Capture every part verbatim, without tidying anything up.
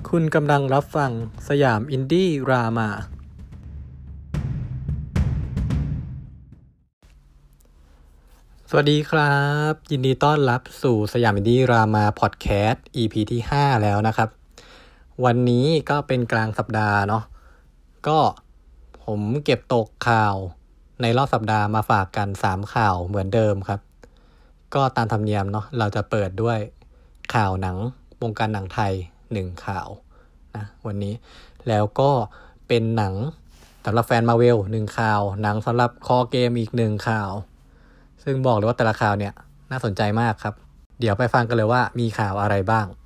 คุณกำลังรับฟังสยามอินดี้รามาสวัสดีครับยินดีต้อนรับสู่สยามอินดี้รามาพอดแคสต์ อี พี ที่ห้าแล้วนะครับวันนี้ก็เป็นกลางสัปดาห์เนาะก็ผมเก็บตกข่าวในรอบสัปดาห์มาฝากกันสามข่าวเหมือนเดิมครับก็ตามธรรมเนียมเนาะเราจะเปิดด้วยข่าวหนังวงการหนังไทยหนึ่งข่าวนะวันนี้แล้วก็เป็นหนังสำหรับแฟน Marvel หนึ่งข่าวหนังสำหรับคอเกมอีกหนึ่งข่าวซึ่งบอกเลยว่าแต่ละข่าวเนี่ยน่าสนใจมากครับเดี๋ยวไปฟังกันเลยว่ามีข่าวอะไรบ้าง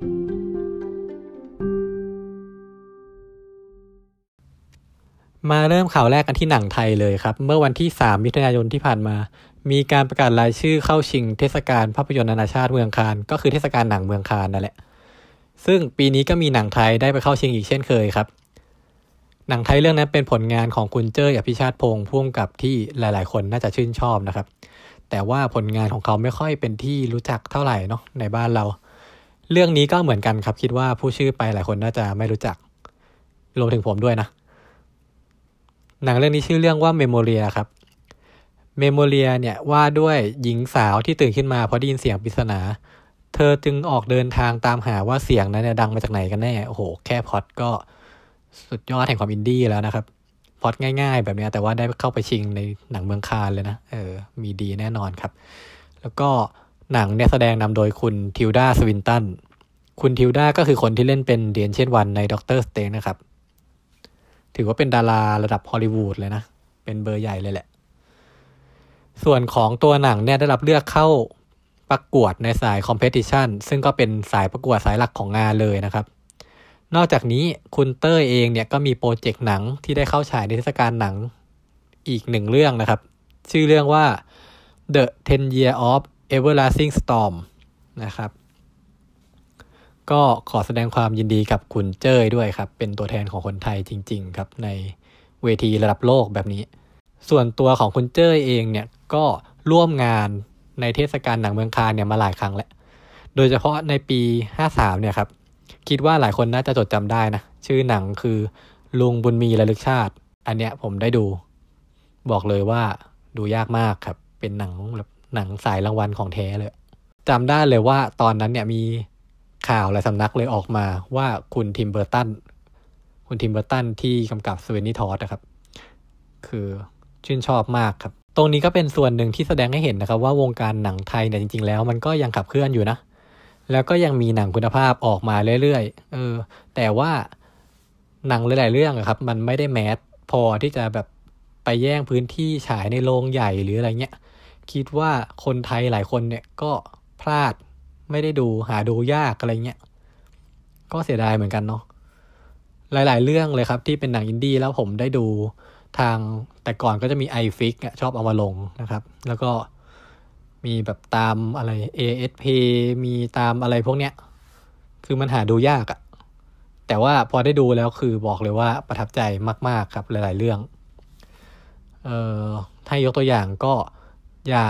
มาเริ่มข่าวแรกกันที่หนังไทยเลยครับเมื่อวันที่สามมิถุนายนที่ผ่านมามีการประกาศรายชื่อเข้าชิงเทศกาลภาพยนตร์นานาชาติเมืองคานก็คือเทศกาลหนังเมืองคานนั่นแหละซึ่งปีนี้ก็มีหนังไทยได้ไปเข้าชิงอีกเช่นเคยครับหนังไทยเรื่องนั้นเป็นผลงานของคุณเจ้ยอภิชาติพงษ์ผู้กำกับที่หลายๆคนน่าจะชื่นชอบนะครับแต่ว่าผลงานของเขาไม่ค่อยเป็นที่รู้จักเท่าไหร่เนาะในบ้านเราเรื่องนี้ก็เหมือนกันครับคิดว่าผู้ชื่อไปหลายคนน่าจะไม่รู้จักรวมถึงผมด้วยนะหนังเรื่องนี้ชื่อเรื่องว่าเมโมเรียครับเมโมเรียเนี่ยว่าด้วยหญิงสาวที่ตื่นขึ้นมาเพราะได้ยินเสียงปริศนาเธอจึงออกเดินทางตามหาว่าเสียงนั้นเนี่ยดังมาจากไหนกันแน่โอ้โหแค่พล็อตก็สุดยอดแห่งความอินดี้แล้วนะครับพล็อตง่ายๆแบบนี้แต่ว่าได้เข้าไปชิงในหนังเมืองคานเลยนะเออมีดีแน่นอนครับแล้วก็หนังเนี่ยแสดงนำโดยคุณทิลดาสวินตันคุณทิลดาก็คือคนที่เล่นเป็นเดียนเช่นวันในด็อกเตอร์สเตนนะครับถือว่าเป็นดาราระดับฮอลลีวูดเลยนะเป็นเบอร์ใหญ่เลยแหละส่วนของตัวหนังเนี่ยได้รับเลือกเข้าประกวดในสายคอมเพติชันซึ่งก็เป็นสายประกวดสายหลักของงานเลยนะครับนอกจากนี้คุณเต้ยเองเนี่ยก็มีโปรเจกต์หนังที่ได้เข้าฉายในเทศกาลหนังอีกหนึ่งเรื่องนะครับชื่อเรื่องว่า The ten year of Everlasting Storm นะครับก็ขอแสดงความยินดีกับคุณเจ้ยด้วยครับเป็นตัวแทนของคนไทยจริงๆครับในเวทีระดับโลกแบบนี้ส่วนตัวของคุณเจ้ยเองเนี่ยก็ร่วมงานในเทศกาลหนังเมืองคานเนี่ยมาหลายครั้งแล้วโดยเฉพาะในปีห้าสามเนี่ยครับคิดว่าหลายคนน่าจะจดจำได้นะชื่อหนังคือลุงบุญมีระลึกชาติอันเนี้ยผมได้ดูบอกเลยว่าดูยากมากครับเป็นหนังแบบหนังสายรางวัลของแท้เลยจำได้เลยว่าตอนนั้นเนี่ยมีข่าวหลายสำนักเลยออกมาว่าคุณทิมเบอร์ตันคุณทิมเบอร์ตันที่กำกับสเวนนี่ทอสนะครับคือชื่นชอบมากครับตรงนี้ก็เป็นส่วนหนึ่งที่แสดงให้เห็นนะครับว่าวงการหนังไทยเนี่ยจริงๆแล้วมันก็ยังขับเคลื่อนอยู่นะแล้วก็ยังมีหนังคุณภาพออกมาเรื่อยๆเออแต่ว่าหนังหลายๆเรื่องอะครับมันไม่ได้แมสพอที่จะแบบไปแย่งพื้นที่ฉายในโรงใหญ่หรืออะไรเงี้ยคิดว่าคนไทยหลายคนเนี่ยก็พลาดไม่ได้ดูหาดูยากอะไรเงี้ยก็เสียดายเหมือนกันเนาะหลายๆเรื่องเลยครับที่เป็นหนังอินดี้แล้วผมได้ดูทางแต่ก่อนก็จะมี iFlix อ่ะชอบเอามาลงนะครับแล้วก็มีแบบตามอะไร เอ เอส พี มีตามอะไรพวกเนี้ยคือมันหาดูยากอะแต่ว่าพอได้ดูแล้วคือบอกเลยว่าประทับใจมากๆครับหลายๆเรื่องเอ่อถ้ายกตัวอย่างก็อย่าง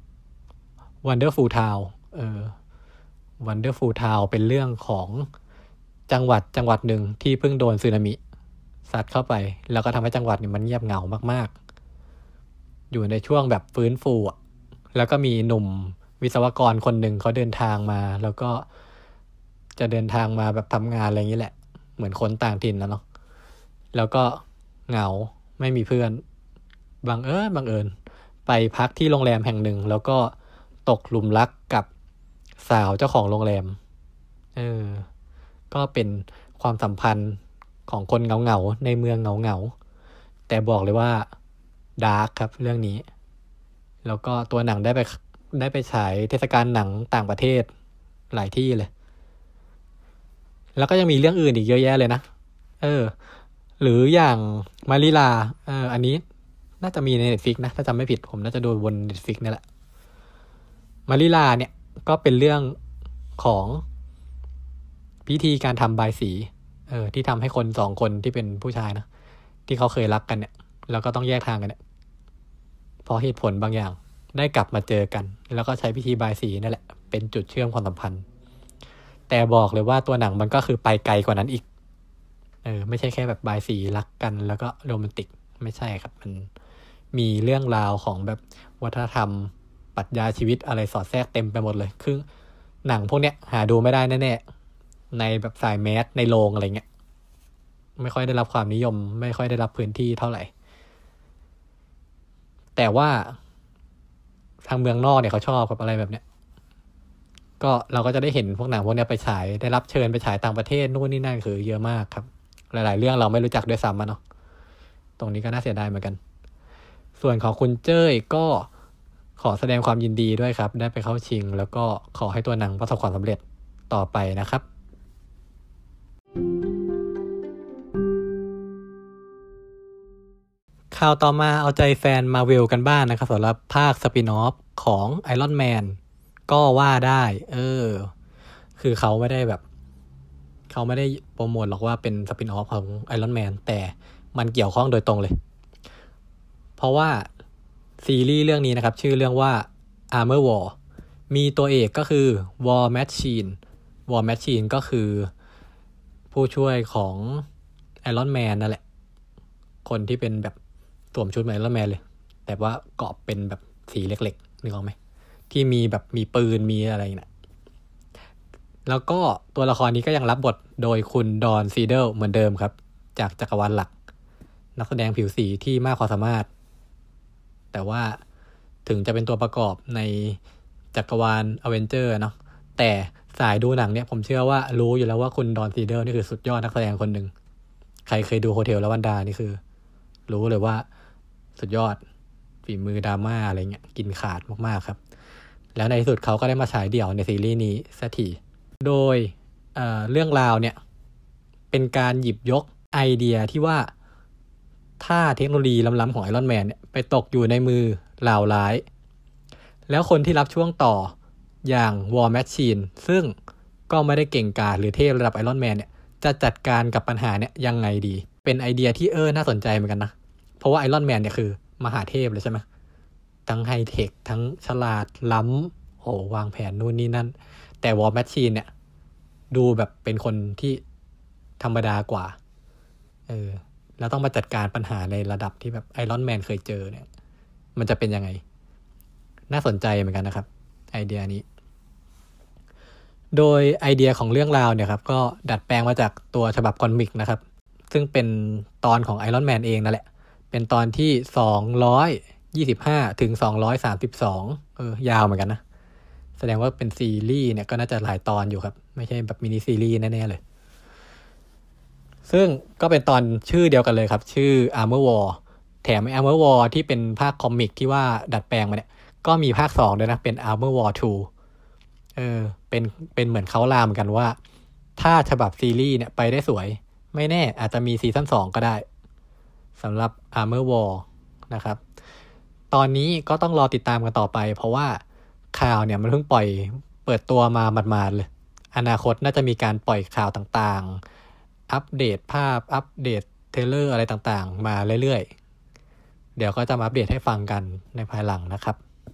Wonderful Town เอ่อ Wonderful Town เป็นเรื่องของจังหวัดจังหวัดหนึ่งที่เพิ่งโดนสึนามิซัดเข้าไปแล้วก็ทำให้จังหวัดเนี่ยมันเงียบเหงามากๆอยู่ในช่วงแบบฟื้นฟูอ่ะแล้วก็มีหนุ่มวิศวกรคนหนึ่งเขาเดินทางมาแล้วก็จะเดินทางมาแบบทำงานอะไรอย่างนี้แหละเหมือนคนต่างถิ่นแล้วเนาะแล้วก็เหงาไม่มีเพื่อนบังเอิญบังเอิญไปพักที่โรงแรมแห่งหนึ่งแล้วก็ตกหลุมรักกับสาวเจ้าของโรงแรมเออก็เป็นความสัมพันธ์ของคนเหงาๆในเมืองเหงาๆแต่บอกเลยว่าดาร์กครับเรื่องนี้แล้วก็ตัวหนังได้ไปได้ไปฉายเทศกาลหนังต่างประเทศหลายที่เลยแล้วก็ยังมีเรื่องอื่นอีกเยอะแยะเลยนะเออหรืออย่างมาริลาเอออันนี้น่าจะมีใน Netflix นะถ้าจำไม่ผิดผมน่าจะดูบน Netflix นี่แหละมาริลาเนี่ยก็เป็นเรื่องของพิธีการทำบายสีเออที่ทำให้คนสองคนที่เป็นผู้ชายนะที่เขาเคยรักกันเนี่ยแล้วก็ต้องแยกทางกันเนี่ยเพราะเหตุผลบางอย่างได้กลับมาเจอกันแล้วก็ใช้พิธีบายสีนั่นแหละเป็นจุดเชื่อมความสัมพันธ์แต่บอกเลยว่าตัวหนังมันก็คือไปไกลกว่านั้นอีกเออไม่ใช่แค่แบบบายสีรักกันแล้วก็โรแมนติกไม่ใช่ครับมันมีเรื่องราวของแบบวัฒนธรรมปรัชญาชีวิตอะไรสอดแทรกเต็มไปหมดเลยคือหนังพวกเนี้ยหาดูไม่ได้แน่ๆในแบบสายแมสในโรงอะไรเงี้ยไม่ค่อยได้รับความนิยมไม่ค่อยได้รับพื้นที่เท่าไหร่ แต่ว่าทางเมืองนอกเนี่ยเขาชอบกับอะไรแบบเนี้ยก็เราก็จะได้เห็นพวกหนังพวกเนี้ยไปฉายได้รับเชิญไปฉายต่างประเทศนู่นนี่นั่นคือเยอะมากครับหลายๆเรื่องเราไม่รู้จักด้วยซ้ำอะเนาะตรงนี้ก็น่าเสียดายเหมือนกันส่วนของคุณเจ้ยก็ขอแสดงความยินดีด้วยครับได้ไปเข้าชิงแล้วก็ขอให้ตัวหนังประสบความสำเร็จต่อไปนะครับข่าวต่อมาเอาใจแฟนมาเวลกันบ้าง นะครับสำหรับภาคสปินออฟของไอรอนแมนก็ว่าได้เออคือเขาไม่ได้แบบเขาไม่ได้โปรโมทหรอกว่าเป็นสปินออฟของไอรอนแมนแต่มันเกี่ยวข้องโดยตรงเลย เพราะว่าซีรีส์เรื่องนี้นะครับชื่อเรื่องว่า Armor War มีตัวเอกก็คือ War Machine War Machine ก็คือผู้ช่วยของไอรอนแมนนั่นแหละคนที่เป็นแบบสวมชุดเหมือนไอรอนแมนเลยแต่ว่าเกาะเป็นแบบสีเล็กๆนึกออกไหมที่มีแบบมีปืนมีอะไรนะแล้วก็ตัวละครนี้ก็ยังรับบทโดยคุณดอนซีเดลเหมือนเดิมครับจากจักรวาลหลักนักแสดงผิวสีที่มากความสามารถแต่ว่าถึงจะเป็นตัวประกอบในจักรวาลอเวนเจอร์เนาะแต่สายดูหนังเนี่ยผมเชื่อว่ารู้อยู่แล้วว่าคุณดอนซีเดลนี่คือสุดยอดนักแสดงคนหนึ่งใครเคยดูโฮเทลลาวันดานี่คือรู้เลยว่าสุดยอดฝีมือดราม่าอะไรเงี้ยกินขาดมากๆครับแล้วในที่สุดเขาก็ได้มาฉายเดี่ยวในซีรีส์นี้สักทีโดย เอ่อ เรื่องราวเนี่ยเป็นการหยิบยกไอเดียที่ว่าถ้าเทคโนโลยีล้ำๆของไอรอนแมนเนี่ยไปตกอยู่ในมือเหล่าร้ายแล้วคนที่รับช่วงต่ออย่าง War Machine ซึ่งก็ไม่ได้เก่งกาจหรือเทพระดับไอรอนแมนเนี่ยจะจัดการกับปัญหาเนี่ยยังไงดีเป็นไอเดียที่เออน่าสนใจเหมือนกันนะเพราะว่าไอรอนแมนเนี่ยคือมหาเทพเลยใช่ไหมทั้งไฮเทคทั้งฉลาดล้ำโอ้วางแผนนู่นนี่นั่นแต่ War Machine เนี่ยดูแบบเป็นคนที่ธรรมดากว่าเออแล้วต้องมาจัดการปัญหาในระดับที่แบบไอรอนแมนเคยเจอเนี่ยมันจะเป็นยังไงน่าสนใจเหมือนกันนะครับไอเดียนี้โดยไอเดียของเรื่องราวเนี่ยครับก็ดัดแปลงมาจากตัวฉบับคอมิกนะครับซึ่งเป็นตอนของไอรอนแมนเองนั่นแหละเป็นตอนที่สองร้อยยี่สิบห้าถึงสองร้อยสามสิบสองเออยาวเหมือนกันนะแสดงว่าเป็นซีรีส์เนี่ยก็น่าจะหลายตอนอยู่ครับไม่ใช่แบบมินิซีรีส์แน่ๆเลยซึ่งก็เป็นตอนชื่อเดียวกันเลยครับชื่อ Armor War แถม Armor War ที่เป็นภาคคอมิกที่ว่าดัดแปลงมาเนี่ยก็มีภาคสองด้วยนะเป็น Armor War ทูเออเป็นเป็นเหมือนเขาลามกันว่าถ้าฉบับซีรีส์เนี่ยไปได้สวยไม่แน่อาจจะมีซีซั่นสองก็ได้สำหรับ Armor War นะครับตอนนี้ก็ต้องรอติดตามกันต่อไปเพราะว่าข่าวเนี่ยมันเพิ่งปล่อยเปิดตัวมาหมาดๆเลยอนาคตน่าจะมีการปล่อยข่าวต่างๆอัปเดตภาพอัปเดตเทรลเลอร์อะไรต่างๆมาเรื่อยๆเดี๋ยวก็จะมาอัปเดตให้ฟังกันในภายหลังนะครับ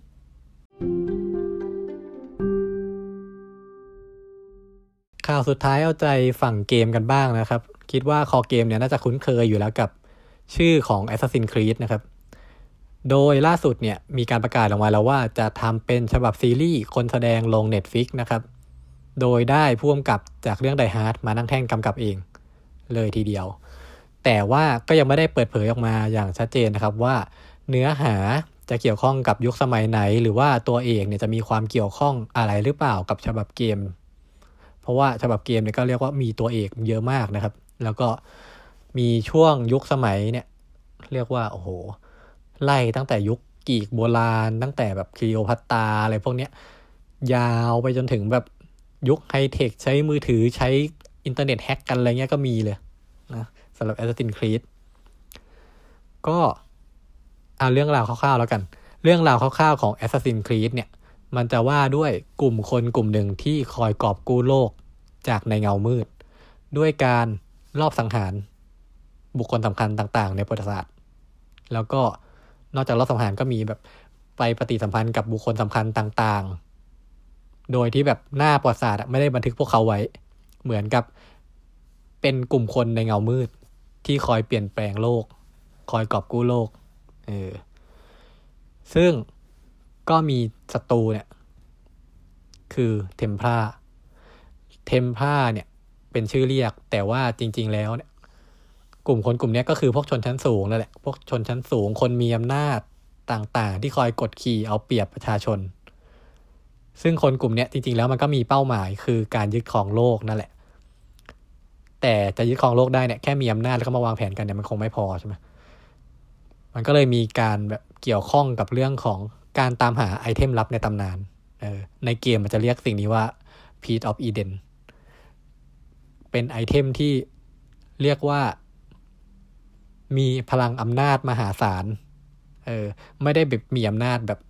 ข่าวสุดท้ายเอาใจฝั่งเกมกันบ้างนะครับคิดว่าคอเกมเนี่ยน่าจะคุ้นเคยอยู่แล้วกับชื่อของ Assassin's Creed นะครับโดยล่าสุดเนี่ยมีการประกาศออกมาแล้วว่าจะทำเป็นฉบับซีรีส์คนแสดงลง Netflix นะครับโดยได้ผู้กำกับจากเรื่อง Die Hard มานั่งแท่นกำกับเองเลยทีเดียวแต่ว่าก็ยังไม่ได้เปิดเผยออกมาอย่างชัดเจนนะครับว่าเนื้อหาจะเกี่ยวข้องกับยุคสมัยไหนหรือว่าตัวเอกเนี่ยจะมีความเกี่ยวข้องอะไรหรือเปล่ากับฉบับเกมเพราะว่าฉบับเกมเนี่ยก็เรียกว่ามีตัวเอกเยอะมากนะครับแล้วก็มีช่วงยุคสมัยเนี่ยเรียกว่าโอ้โหไล่ตั้งแต่ยุคกรีกโบราณตั้งแต่แบบคลีโอพัตตราอะไรพวกเนี้ยยาวไปจนถึงแบบยุคไฮเทคใช้มือถือใช้อินเทอร์เน็ตแฮกกันอะไรเงี้ยก็มีเลยนะสำหรับ Assassin's Creed ก็เอาเรื่องราวคร่าวๆแล้วกันเรื่องราวคร่าวๆของ Assassin's Creed เนี่ยมันจะว่าด้วยกลุ่มคนกลุ่มหนึ่งที่คอยกอบกู้โลกจากในเงามืดด้วยการลอบสังหารบุคคลสำคัญต่างๆในประวัติศาสตร์แล้วก็นอกจากลอบสังหารก็มีแบบไปปฏิสัมพันธ์กับบุคคลสำคัญต่างโดยที่แบบหน้าประวัติศาสตร์ไม่ได้บันทึกพวกเขาไว้เหมือนกับเป็นกลุ่มคนในเงามืดที่คอยเปลี่ยนแปลงโลกคอยกอบกู้โลกเออซึ่งก็มีศัตรูเนี่ยคือเทมพลาเทมพลาเนี่ยเป็นชื่อเรียกแต่ว่าจริงๆแล้วเนี่ยกลุ่มคนกลุ่มนี้ก็คือพวกชนชั้นสูงนั่นแหละพวกชนชั้นสูงคนมีอำนาจต่างๆที่คอยกดขี่เอาเปรียบประชาชนซึ่งคนกลุ่มนี้จริงๆแล้วมันก็มีเป้าหมายคือการยึดครองโลกนั่นแหละแต่จะยึดครองโลกได้เนี่ยแค่มีอำนาจแล้วก็มาวางแผนกันเนี่ยมันคงไม่พอใช่ไหมมันก็เลยมีการแบบเกี่ยวข้องกับเรื่องของการตามหาไอเทมลับในตำนานเออในเกมมันจะเรียกสิ่งนี้ว่า Piece of Eden เป็นไอเทมที่เรียกว่ามีพลังอำนาจมหาศาลเออไม่ได้แบบมีอำนาจแบบ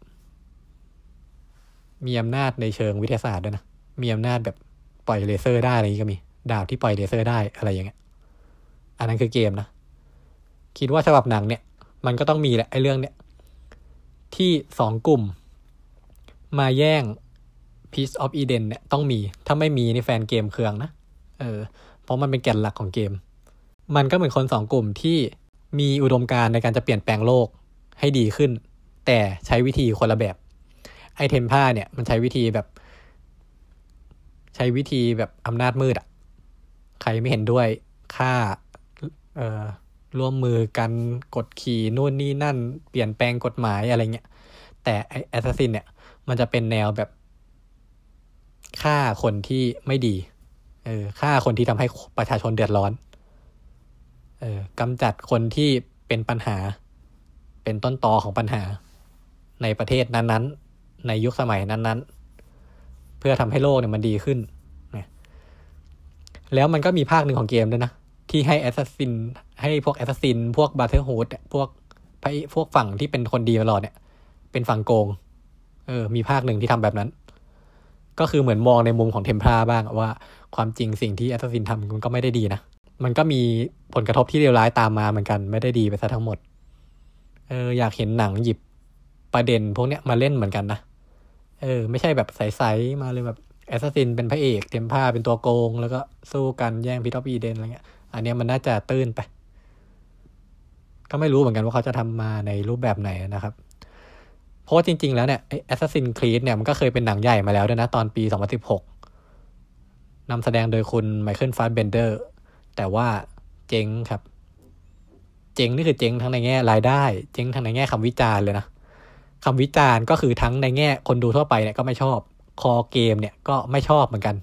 มีอำนาจในเชิงวิทยาศาสตร์ด้วยนะมีอำนาจแบบปล่อยเลเซอร์ได้อะไรอย่างนี้ก็มีดาบที่ปล่อยเลเซอร์ได้อะไรอย่างเงี้ยอันนั้นคือเกมนะคิดว่าฉบับหนังเนี่ยมันก็ต้องมีแหละไอ้เรื่องเนี้ยที่สองกลุ่มมาแย่ง Piece of Eden เนี่ยต้องมีถ้าไม่มีนี่แฟนเกมเคืองนะเออเพราะมันเป็นแก่นหลักของเกมมันก็เหมือนคนสองกลุ่มที่มีอุดมการณ์ในการจะเปลี่ยนแปลงโลกให้ดีขึ้นแต่ใช้วิธีคนละแบบไอเทมพลาเนี่ยมันใช้วิธีแบบใช้วิธีแบบอำนาจมืดอ่ะใครไม่เห็นด้วยฆ่าเอ่อร่วมมือกันกดขี่นู่นนี่นั่นเปลี่ยนแปลงกฎหมายอะไรเงี้ยแต่ไอแอสซัสซินเนี่ยมันจะเป็นแนวแบบฆ่าคนที่ไม่ดีเออฆ่าคนที่ทำให้ประชาชนเดือดร้อนเออกำจัดคนที่เป็นปัญหาเป็นต้นตอของปัญหาในประเทศนั้นๆในยุคสมัยนั้นๆเพื่อทำให้โลกเนี่ยมันดีขึ้นนะแล้วมันก็มีภาคหนึ่งของเกมด้วยนะที่ให้แอสซัสซินให้พวกแอสซัสซินพวกบราเธอร์ฮูดพวกพวกฝั่งที่เป็นคนดีตลอดเนี่ยเป็นฝั่งโกงเออมีภาคหนึ่งที่ทำแบบนั้นก็คือเหมือนมองในมุมของเทมพลาบ้างว่าความจริงสิ่งที่แอสซัสซินทำมันก็ไม่ได้ดีนะมันก็มีผลกระทบที่เลวร้ายตามมาเหมือนกันไม่ได้ดีไปซะทั้งหมดเอออยากเห็นหนังหยิบประเด็นพวกเนี้ยมาเล่นเหมือนกันนะเออไม่ใช่แบบใสๆมาเลยแบบแอสซัสซินเป็นพระเอกเทมพลาเป็นตัวโกงแล้วก็สู้กันแย่งพิทออฟอีเดนอะไรเงี้ยอันนี้มันน่าจะตื้นไปก็ไม่รู้เหมือนกันว่าเขาจะทำมาในรูปแบบไหนนะครับเพราะว่าจริงๆแล้วเนี่ยไอ้ Assassin's Creed เนี่ยมันก็เคยเป็นหนังใหญ่มาแล้วด้วยนะตอนปีสองพันสิบหกนำแสดงโดยคุณไมเคิลฟาสเบนเดอร์แต่ว่าเจ๊งครับเจ๊งนี่คือเจ๊งทั้งในแง่รายได้เจ๊งทั้งในแง่คำวิจารณ์เลยนะคำวิจารณ์ก็คือทั้งในแง่คนดูทั่วไปเนี่ยก็ไม่ชอบคอเกมเนี่ยก็ไม่ชอบเหมือนกัน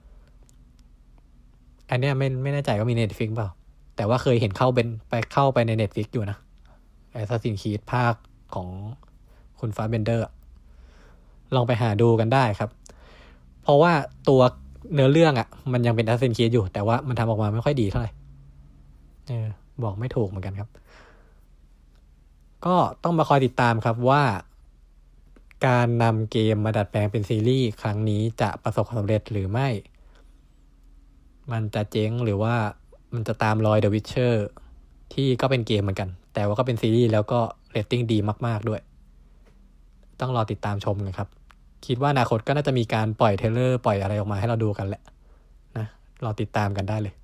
อันเนี้ยไม่ไม่แน่ใจว่ามี Netflix เปล่าแต่ว่าเคยเห็นเข้าเป็นไปเข้าไปใน Netflix อยู่นะ Assassin's Creed ภาคของคุณฟาสเบนเดอร์ลองไปหาดูกันได้ครับเพราะว่าตัวเนื้อเรื่องอ่ะมันยังเป็น Assassin's Creed อยู่แต่ว่ามันทำออกมาไม่ค่อยดีเท่าไหร่เออบอกไม่ถูกเหมือนกันครับก็ต้องมาคอยติดตามครับว่าการนำเกมมาดัดแปลงเป็นซีรีส์ครั้งนี้จะประสบความสำเร็จหรือไม่มันจะเจ๊งหรือว่ามันจะตามรอย The Witcher ที่ก็เป็นเกมเหมือนกันแต่ว่าก็เป็นซีรีส์แล้วก็เรตติ้งดีมากๆด้วยต้องรอติดตามชมกันครับคิดว่าอนาคตก็น่าจะมีการปล่อยเทรลเลอร์ปล่อยอะไรออกมาให้เราดูกันแหละนะรอติดตามกันได้เลย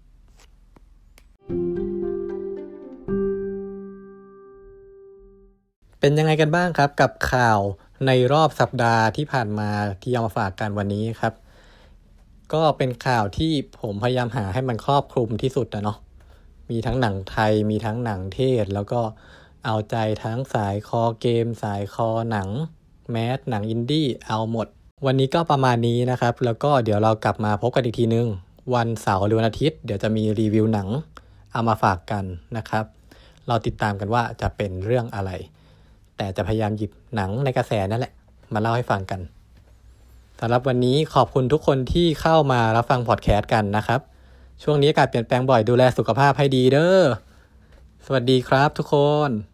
เป็นยังไงกันบ้างครับกับข่าวในรอบสัปดาห์ที่ผ่านมาที่เอามาฝากกันวันนี้ครับก็เป็นข่าวที่ผมพยายามหาให้มันครอบคลุมที่สุดนะเนาะมีทั้งหนังไทยมีทั้งหนังเทศแล้วก็เอาใจทั้งสายคอเกมสายคอหนังแมสหนังอินดี้เอาหมดวันนี้ก็ประมาณนี้นะครับแล้วก็เดี๋ยวเรากลับมาพบกันอีกทีนึงวันเสาร์หรือวันอาทิตย์เดี๋ยวจะมีรีวิวหนังเอามาฝากกันนะครับเราติดตามกันว่าจะเป็นเรื่องอะไรแต่จะพยายามหยิบหนังในกระแสนั่นแหละมาเล่าให้ฟังกันสำหรับวันนี้ขอบคุณทุกคนที่เข้ามารับฟังพอดแคสต์กันนะครับช่วงนี้อากาศเปลี่ยนแปลงบ่อยดูแลสุขภาพให้ดีเด้อสวัสดีครับทุกคน